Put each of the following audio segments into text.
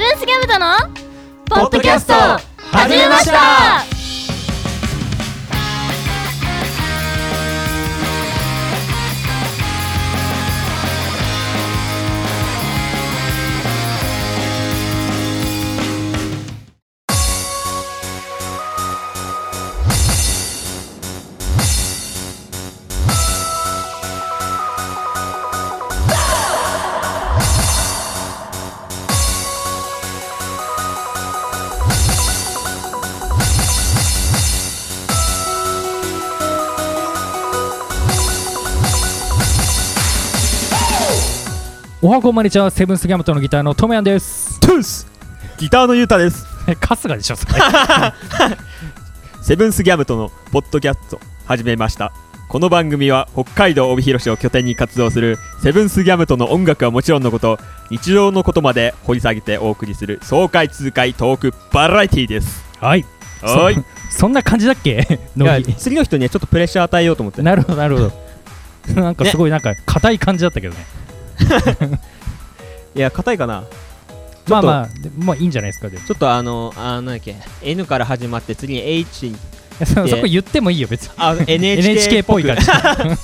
ブンスギャムとのポッドキャスト始めました。 おはこんばんにちは。セブンスギャムとのギターのトメヤンです。 トゥースギターのユータです。 春日でしょそれセブンスギャムとのポッドキャスト始めました。この番組は北海道帯広市を拠点に活動するセブンスギャムとの音楽はもちろんのこと日常のことまで掘り下げてお送りする爽快痛快トークバラエティーです。 はい。そんな感じだっけいや次の人にはちょっとプレッシャー与えようと思って。 なるほどなるほどなんかすごいなんか硬い感じだったけどねいや硬いかな。 まあいいんじゃないですか。でもちょっとなんだっけ N から始まって次に H にそこ言ってもいいよ別に。 NHK っぽい感じ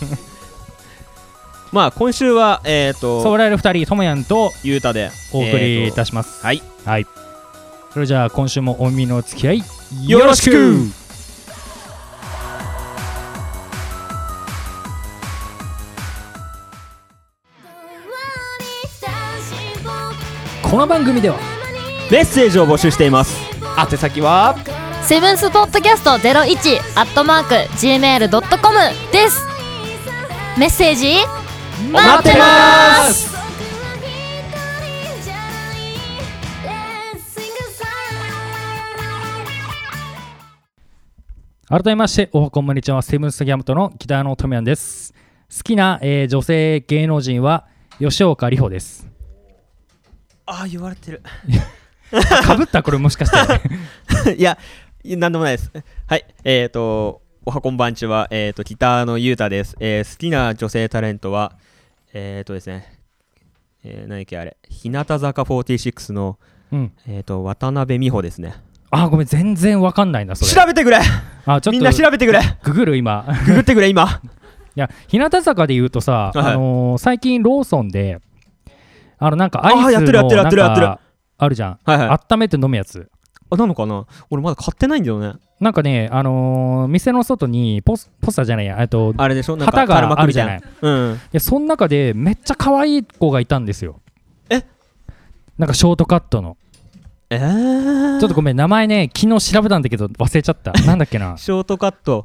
まあ今週はそう我々2人ともやんとゆうたでお送りいたします。 はいはい。それじゃあ今週もお耳のお付き合いよろしく。 この番組ではメッセージを募集しています。宛先はセブンスポッドキャスト01@gmail.com です。メッセージ待ってます。 改めましておはこんばんにちは。セブンスギャムとのギターのトメヤンです。好きな、女性芸能人は吉岡里帆です。 ああ言われてるかぶったこれもしかしていやなんでもないです。はいおはこんばんちはギターのゆうたです。好きな女性タレントはですね何だっけあれ日向坂46の、渡辺美穂ですね。 あごめん全然わかんないなそれ。 調べてくれ。 ちょっとみんな調べてくれ。 ググる今ググってくれ今いや日向坂で言うとさ、最近ローソンでなんかアイスのなんかあるじゃん、温めて飲むやつ。 なのかな。俺まだ買ってないんだよね。 なんかね店の外にポスターじゃないやあれでしょ旗があるじゃない。 でその中でめっちゃ可愛い子がいたんですよ。なんかショートカットのちょっとごめん名前ね昨日調べたんだけど忘れちゃったなんだっけなショートカット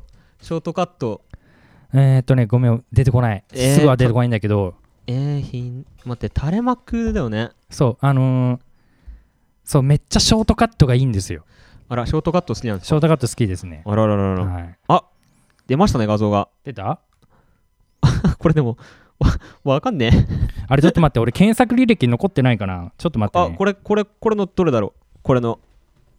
ごめん出てこない、すぐは出てこないんだけど待って垂れ幕だよね。 そうそうめっちゃショートカットがいいんですよ。 あらショートカット好きなんですか。 ショートカット好きですね。 あらららら、はい、あ出ましたね画像が。 出たこれでもわかんねえあれちょっと待って俺検索履歴残ってないかな。ちょっと待って、ね、 これのどれだろう。これの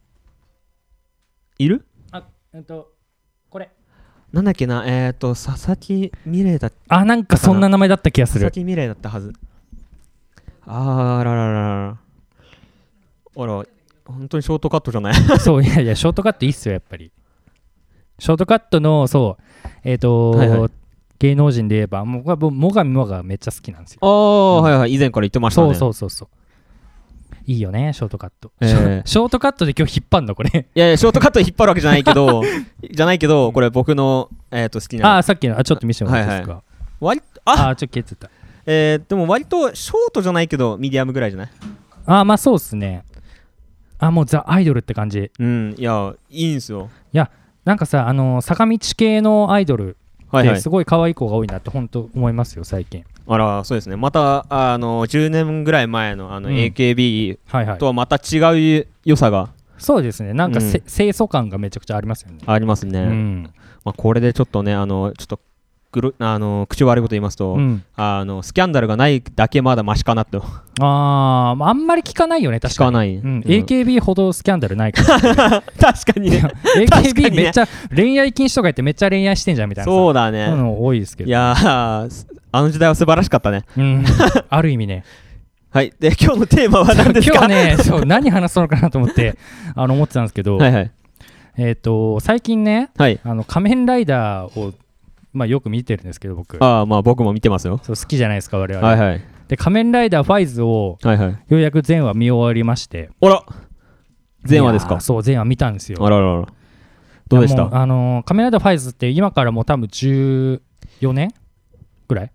いるこれなんだっけな佐々木美玲だった。 なんかそんな名前だった気がする。 佐々木美玲だったはず。あらららあら本当にショートカットじゃないそういやショートカットいいっすよやっぱり。ショートカットのそう芸能人で言えばもがみもがめっちゃ好きなんですよ。 はいはい以前から言ってましたね。 そういいよねショートカット、ショートカットで今日引っ張んのこれいやショートカットで引っ張るわけじゃないけどこれ僕の好きなさっきのちょっと見せてもらっていいですか。 ちょっと消えてた。 でも割とショートじゃないけどミディアムぐらいじゃない。 まあそうっすね。もうザ・アイドルって感じ。 いやいいんすよ。 いやなんかさ坂道系のアイドルってすごい可愛い子が多いなって本当思いますよ最近。 あらそうですね。また10年ぐらい前のAKB とはまた違う良さが、 そうですねなんか、清楚感がめちゃくちゃありますよね。 ありますね、これでちょっとねちょっと口悪いこと言いますと、スキャンダルがないだけまだマシかなと。あんまり聞かないよね確かに。 聞かない、 AKB ほどスキャンダルないから確かにね AKB めっちゃ恋愛禁止とか言ってめっちゃ恋愛してんじゃんみたいな。 そうだね。 そういうの多いですけど。 いやあの時代は素晴らしかったね。 ある意味ねはい。で、今日のテーマは何ですか？ 今日ね、そう何話そうのかなと思って思ってたんですけど、 はいはい。 最近ね、 はい。 仮面ライダーを、まあ、よく見てるんですけど、僕。 ああ、まあ僕も見てますよ。 そう好きじゃないですか、我々。 はいはい。 で、仮面ライダーファイズを、 はいはい。 ようやく全話見終わりまして。 あら全話ですか？ そう、全話見たんですよ。 あららら。どうでした？ 仮面ライダーファイズって今からもう多分14年ぐらい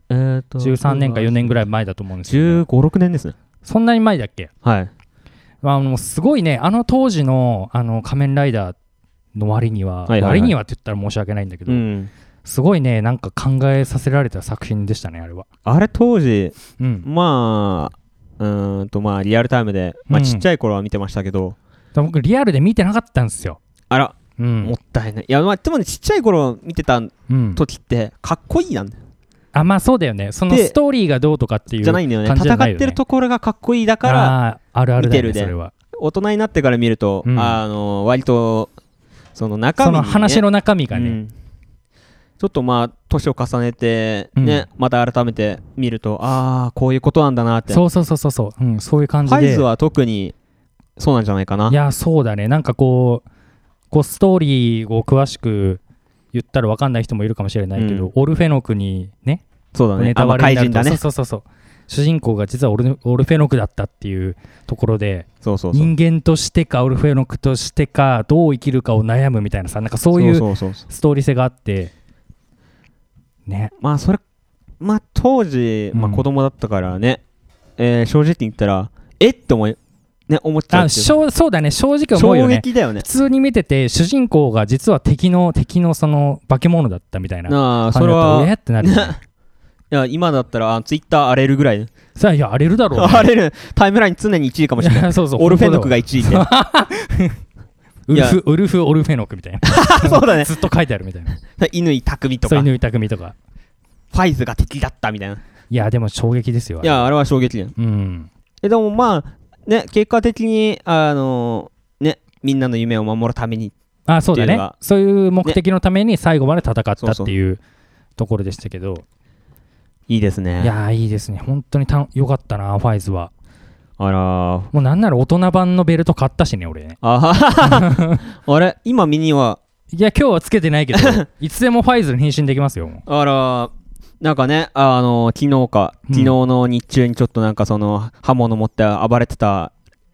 13年か4年ぐらい前だと思うんですよ、ね、 15、6年ですね。 そんなに前だっけ？ はい。 すごいね、当時の仮面ライダーの割には、割にはって言ったら申し訳ないんだけど、すごいね、なんか考えさせられた作品でしたね、あれは。 あれ当時、まあリアルタイムで、まあちっちゃい頃は見てましたけど、 僕リアルで見てなかったんですよ。 あら、もったいない。いや、まあでもね、ちっちゃい頃見てた時ってかっこいいなんだよ。 まあそうだよね。そのストーリーがどうとかっていうじゃないんだよね。戦ってるところがかっこいいだからあるあるだよね、 見てるで。 それは大人になってから見ると、割とその中身に、ね、 その話の中身がね、 ちょっとまあ年を重ねてね、また改めて見ると、こういうことなんだなって。 そう、そういう感じで。 ファイズは特にそうなんじゃないかな。 いや、そうだね。なんかこうストーリーを詳しく言ったら分かんない人もいるかもしれないけど、オルフェノクにね、 そうだね、 ネタバレになると、 怪人だね。 そう主人公が実はオルフェノクだったっていうところで、人間としてかオルフェノクとしてかどう生きるかを悩むみたいなさ、なんかそういうストーリー性があってね。 まあそれ、まあ当時、まあ、子供だったからね、正直言ったらって思っちゃう。 そうだね、正直思うよね。 衝撃だよね。 普通に見てて主人公が実は敵のその化け物だったみたいな感じだったらってなるよね。 いや、今だったらツイッター荒れるぐらい。 さあ、いや、荒れるだろう、ね、 荒れる。タイムライン常に1位かもしれない。 そうオルフェノクが1位ってウルフェノクみたいなそうだね。 ずっと書いてあるみたいな。 乾匠とか。 乾匠とか。 ファイズが敵だったみたいな。 いや、でも衝撃ですよ。 いや、あれは衝撃だよ。でもまあね、結果的にね、みんなの夢を守るために、 そうだね、そういう目的のために最後まで戦ったっていうところでしたけど、 いいですね。 いや、いいですね。本当によかったな、ファイズは。 あら、 もうなんなら大人版のベルト買ったしね、俺ね。 あれ、今ミニは、 いや、今日はつけてないけどいつでもファイズに変身できますよ。 あら、なんかね、昨日の日中にちょっとなんかその刃物持って暴れてた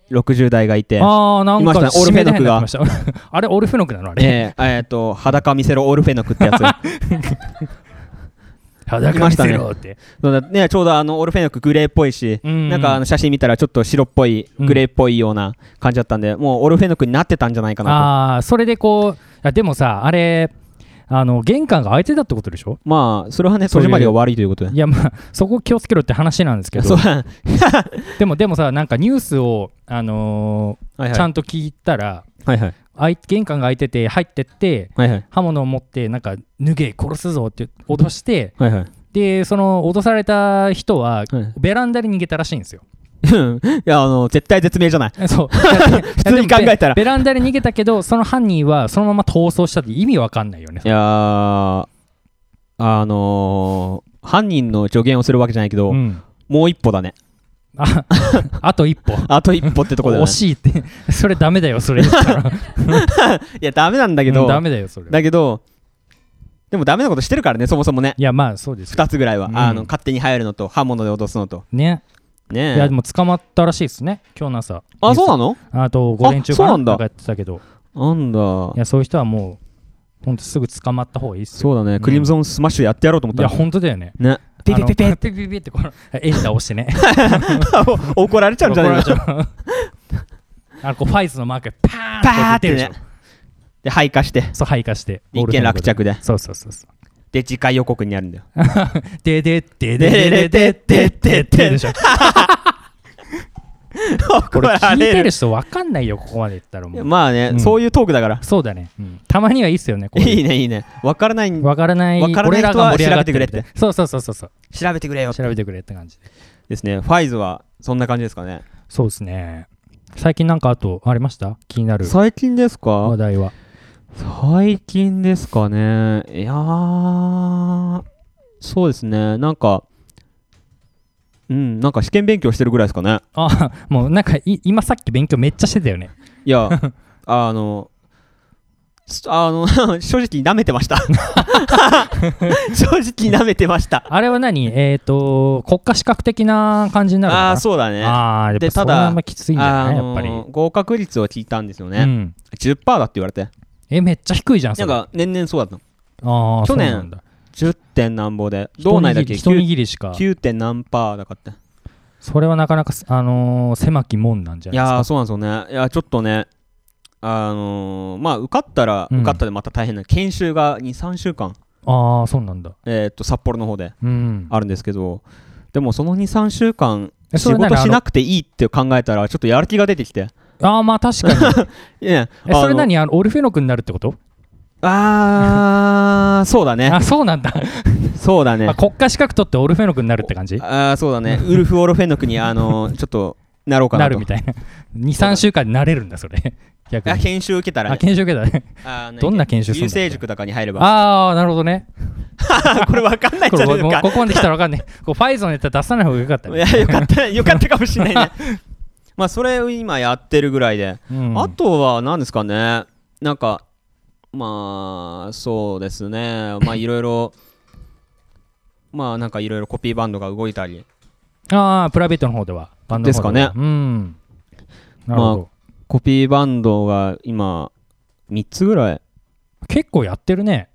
60代がいて、 なんかオルフェノクがあれオルフェノクなのあれ、 裸見せろオルフェノクってやつ裸見せろって、 ね、ちょうどオルフェノクグレーっぽいし、なんか写真見たらちょっと白っぽいグレーっぽいような感じだったんで、もうオルフェノクになってたんじゃないかなと。 それでこう、でもさ、あれ玄関が開いてたってことでしょ。 まあそれはね、戸締まりが悪いということで。 いや、まあそこ気をつけろって話なんですけどでもさ、なんかニュースをちゃんと聞いたら、玄関が開いてて入ってって、刃物を持ってなんか脱げ殺すぞって脅して、でその脅された人はベランダに逃げたらしいんですよ。 いや、絶対絶命じゃない。 そう普通に考えたらベランダで逃げたけど、その犯人はそのまま逃走したって意味わかんないよね。 いや犯人の助言をするわけじゃないけど、もう一歩だね。 あと一歩あと一歩ってとこだよね。 惜しいってそれダメだよ、それ言ったらいや、ダメなんだけど、 ダメだよ、それだけど、でもダメなことしてるからね、そもそもね。 いや、まあそうですよ。 2つぐらいは、勝手に入るのと刃物で脅すのとね。いや、でも捕まったらしいですね、今日の朝。 そうなの？ あと午前中かなんかやってたけど。 なんだ。 いや、そういう人はもうほんとすぐ捕まった方がいいっすよ。 そうだね、クリムゾンスマッシュやってやろうと思ったら。 いや、ほんとだよね。 ピピピピピピピってこのエンター押してね怒られちゃうんじゃないの？ ファイズのマークパーンって出てるでしょ。 で、配下して。 そう、配下して。 一件落着で。 そう。 で、次回予告になるんだよ。 ででしょ。これ聞いてる人分かんないよ、ここまで言ったらもう。 まあね、そういうトークだから。 そうだね。たまにはいいっすよね。 いいね。分からない俺らが盛り上がってくれって。そう。調べてくれよ。 調べてくれって感じですね。ファイズはそんな感じですかね。 そうですね。最近なんかあとありました？気になる。 最近ですか？ 話題は。 最近ですかね。いやー、そうですね。なんかなんか試験勉強してるぐらいですかね。 もうなんか今さっき勉強めっちゃしてたよね。 いや正直舐めてました正直舐めてました。 あれは何国家資格的な感じになるのかな。 そうだね。 でただきついんじゃないやっぱり。 合格率を聞いたんですよね、10% だって言われて。 めっちゃ低いじゃんそれ。 なんか年々そうだったの。去年10点なんぼで道内だけ一握りしか 9. 点何パーだかって。 それはなかなか狭き門なんじゃないですか。 いやそうなんですよね。いやちょっとねまあ受かったら受かったでまた大変な、研修が 2,3 週間そうなんだ。 札幌の方であるんですけど、でもその 2,3 週間仕事しなくていいって考えたらちょっとやる気が出てきて。 まあ確かにそれ何オルフェノクになるってこと？そうだね。 そうなんだそうだね。 国家資格取ってオルフェノクになるって感じ？ そうだね。ウルフオルフェノクにちょっとなろうかなと。 なるみたいな。2,3 週間になれるんだそれ。逆に研修受けたらね。 研修受けたらね。どんな研修するんだっけ？ 郵政塾とかに入れば。 なるほどね。 これ分かんないじゃないですか。 ここまで来たら分かんない。ファイゾンやったら出さない方がよかったね。 いやよかったかもしれないねまあそれを今やってるぐらいで、あとは何ですかね。なんかまあそうですね。まあいろいろまあなんかいろいろコピーバンドが動いたり。 プライベートの方ではバンドの方ではですかね。 なるほど。 コピーバンドが今3つぐらい。 結構やってるね。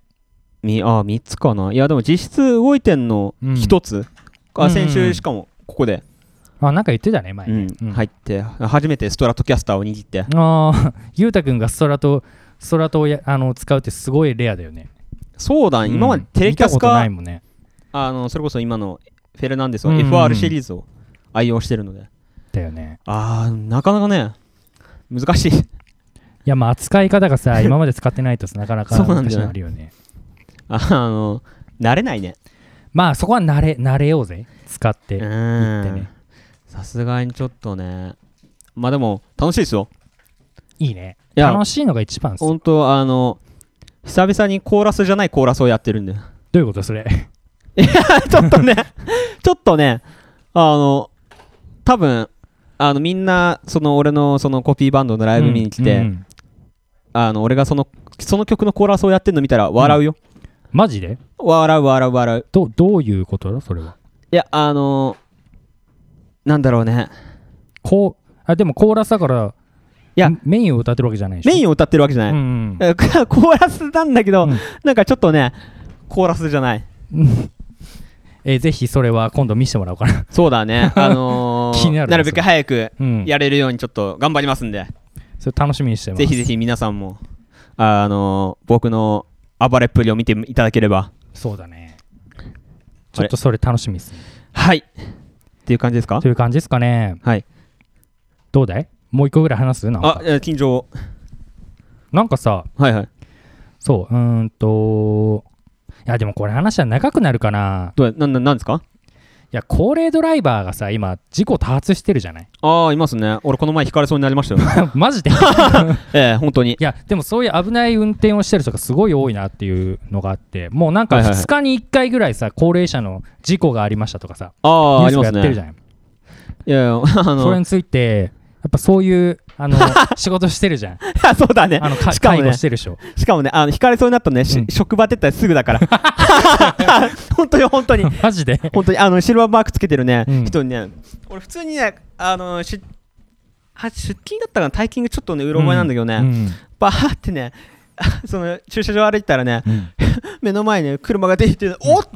3つかな。いやでも実質動いてんの1つ、先週しかもここでなんか言ってたね前に、 入って初めてストラトキャスターを握って。 ゆうたくんがストラトを使うってすごいレアだよね。 そうだ、今までテレキャスかないもんね。 それこそ今のフェルナンデスは FR シリーズを愛用してるので。 だよね。 なかなかね難しい。いやまあ扱い方がさ今まで使ってないとなかなか難しいのあるよね。 慣れないね。 まあそこは慣れようぜ使っていってね。 さすがにちょっとね。まあでも楽しいですよ。 いいね。楽しいのが一番ですよ。 ほんと久々にコーラスじゃないコーラスをやってるんで。どういうことそれいやちょっとね多分みんな俺のそのコピーバンドのライブ見に来て、俺がその曲のコーラスをやってるの見たら笑うよ。 マジで？ 笑う。 どういうことだそれは。 いやなんだろうね。 でもコーラスだからいやメインを歌ってるわけじゃないでしょ。 メインを歌ってるわけじゃない、コーラスなんだけど、なんかちょっとねコーラスじゃないぜひそれは今度見せてもらおうかな。 そうだね。 気になる。 なるべく早くやれるようにちょっと頑張りますんで、 それ楽しみにしてます。 ぜひぜひ皆さんも僕の暴れっぷりを見ていただければ。 そうだね。ちょっとそれ楽しみですね。 はいっていう感じですか？ という感じですかね。 はい。 どうだい？もう一個ぐらい話す？ 緊張。 なんかさ、そういやでもこれ話は長くなるかな。 なんですか？ いや高齢ドライバーがさ今事故多発してるじゃない。 いますね。俺この前ひかれそうになりましたよマジで本当に。いやでもそういう危ない運転をしてる人がすごい多いなっていうのがあって、もうなんか2日に1回ぐらいさ高齢者の事故がありましたとかさニュースがやってるじゃない。 いやそれについてやっぱそういう仕事してるじゃん。 そうだね。 介護してるでしょ。 しかもね引かれそうになったのね、職場出たらすぐだから本当にマジで本当にシルバーマークつけてるね、人にね、俺普通にね出勤だったからタイキングちょっとねうろ覚えなんだけどね、バーってねその駐車場歩いたらね、目の前に車が出てておっ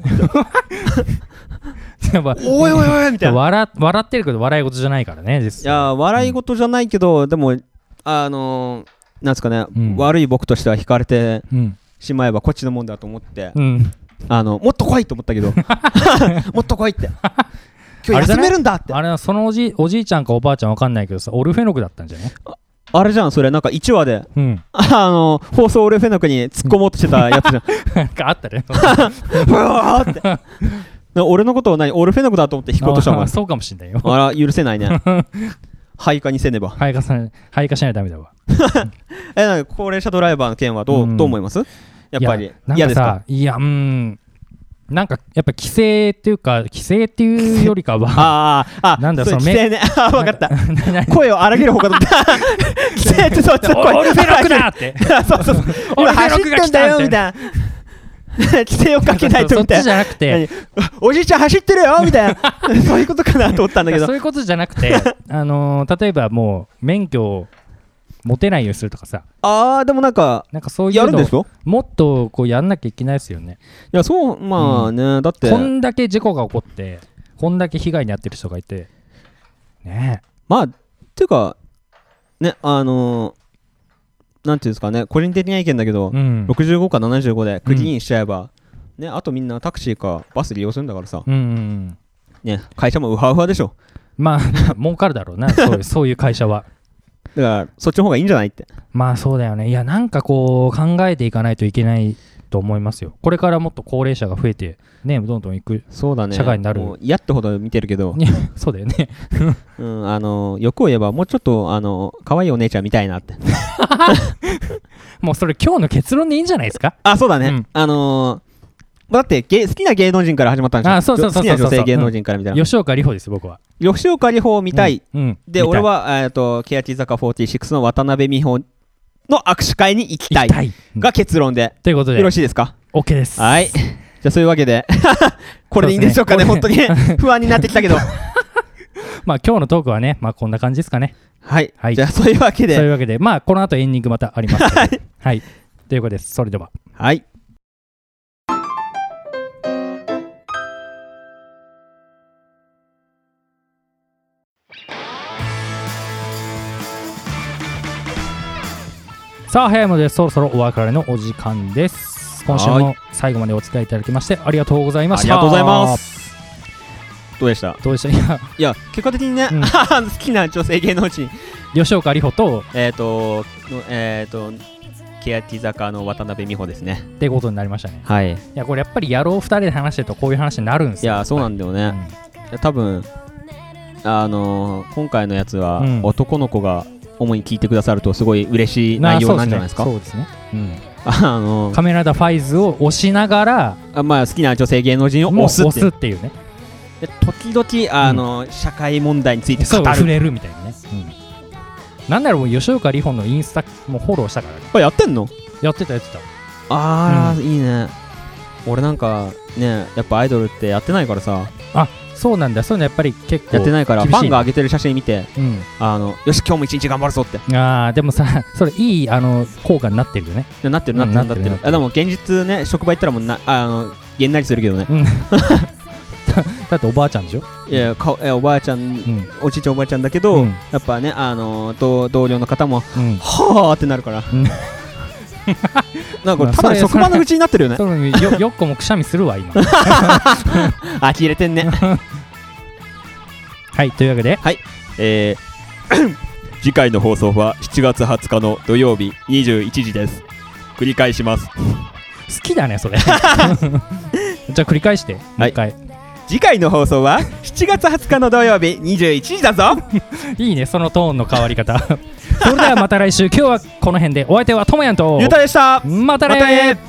おいみたいな。 笑ってるけど笑い事じゃないからね。 いや笑い事じゃないけど、でもなんですかね、悪い僕としては引かれてしまえばこっちのもんだと思って、もっと来いと思ったけどもっと来いって今日休めるんだって。 あれはそのおじいちゃんかおばあちゃんわかんないけどさ、オルフェノクだったんじゃね。 あれじゃんそれ、なんか1話で、放送オルフェノクに突っ込もうとしてたやつじゃんなんかあったねうわーって俺のことをオルフェノクだと思って引こうとしたもん。 そうかもしんないよ。 あら許せないね廃化にせねば。 廃化しないとダメだわなんか高齢者ドライバーの件はどう思います？やっぱり嫌ですか？ いやなんかやっぱ規制っていうよりかはなんだその規制ね分かった声を荒げるほかだった規制ってそうオルフェロックだってそう今走ってんだよみたいな規制をかけないとみたいな。 そっちじゃなくておじいちゃん走ってるよみたいなそういうことかなと思ったんだけどそういうことじゃなくて例えばもう免許を持てないようにするとかさでもなんかそういうのもっとこうやんなきゃいけないですよね。 いやそうまあね、だってこんだけ事故が起こってこんだけ被害に遭ってる人がいてねまあっていうかねなんていうんですかね個人的な意見だけど、65か75でクリーンしちゃえば、ねあとみんなタクシーかバス利用するんだからさ、ね会社もウハウハでしょ。 まあ儲かるだろうなそういう会社は。 だからそっちの方がいいんじゃないって。 まあそうだよね。いやなんかこう考えていかないといけないと思いますよ。これからもっと高齢者が増えてねどんどん行く社会になる。 もう嫌ってほど見てるけどそうだよね欲を言えばもうちょっと可愛いお姉ちゃん見たいなってもうそれ今日の結論でいいんじゃないですか。 そうだね、だって好きな芸能人から始まったんですよ。 そう好きな女性芸能人からみたいな。 吉岡里帆です僕は。 吉岡里帆を見たい、で俺は欅坂46の渡辺美穂の握手会に行きたいが結論でということでよろしいですか。 OK です。 はいじゃあそういうわけでこれでいいんでしょうかね。本当に不安になってきたけどまあ今日のトークはねこんな感じですかね。はい、 じゃあそういうわけでまあこの後エンディングまたありますはいということです。それでははいさあ早いものでそろそろお別れのお時間です。今週も最後までお付き合いいただきましてありがとうございました。 ありがとうございます。どうでした？いや結果的にね、好きな女性芸能人吉岡里帆と欅坂の渡辺美穂ですねってことになりましたね。 はい。いやこれやっぱり野郎2人で話してるとこういう話になるんですよ。 いやそうなんだよね、多分今回のやつは、男の子が主に聞いてくださるとすごい嬉しい内容なんじゃないですか。 そうですね。カメラダファイズを押しながら好きな女性芸能人を押すっていうね。 で時々社会問題について語る触れるみたいなね。なんだろう吉岡里帆のインスタもフォローしたからね。 やってんの？やってた。いいね。俺なんかねやっぱアイドルってやってないからさ。 そうなんだ。そういうのやっぱり結構やってないからファンが上げてる写真見て、よし今日も一日頑張るぞって。 でもさそれいい効果になってるよね。 なってる。でも現実ね職場行ったらもうげんなりするけどね。 だっておばあちゃんでしょ。 いやおばあちゃん、おじいちゃんおばあちゃんだけど、やっぱね同僚の方も、はーってなるから。なんかただ職場の口になってるよね。 よっこもくしゃみするわ今。 呆れてんね。 はいというわけで、 次回の放送は7月20日の土曜日21時です。繰り返します。好きだねそれ。じゃあ繰り返してもう一回。 次回の放送は7月20日の土曜日21時だぞ。 いいねそのトーンの変わり方。それではまた来週。今日はこの辺で。お相手はともやんとゆうたでした。 またね。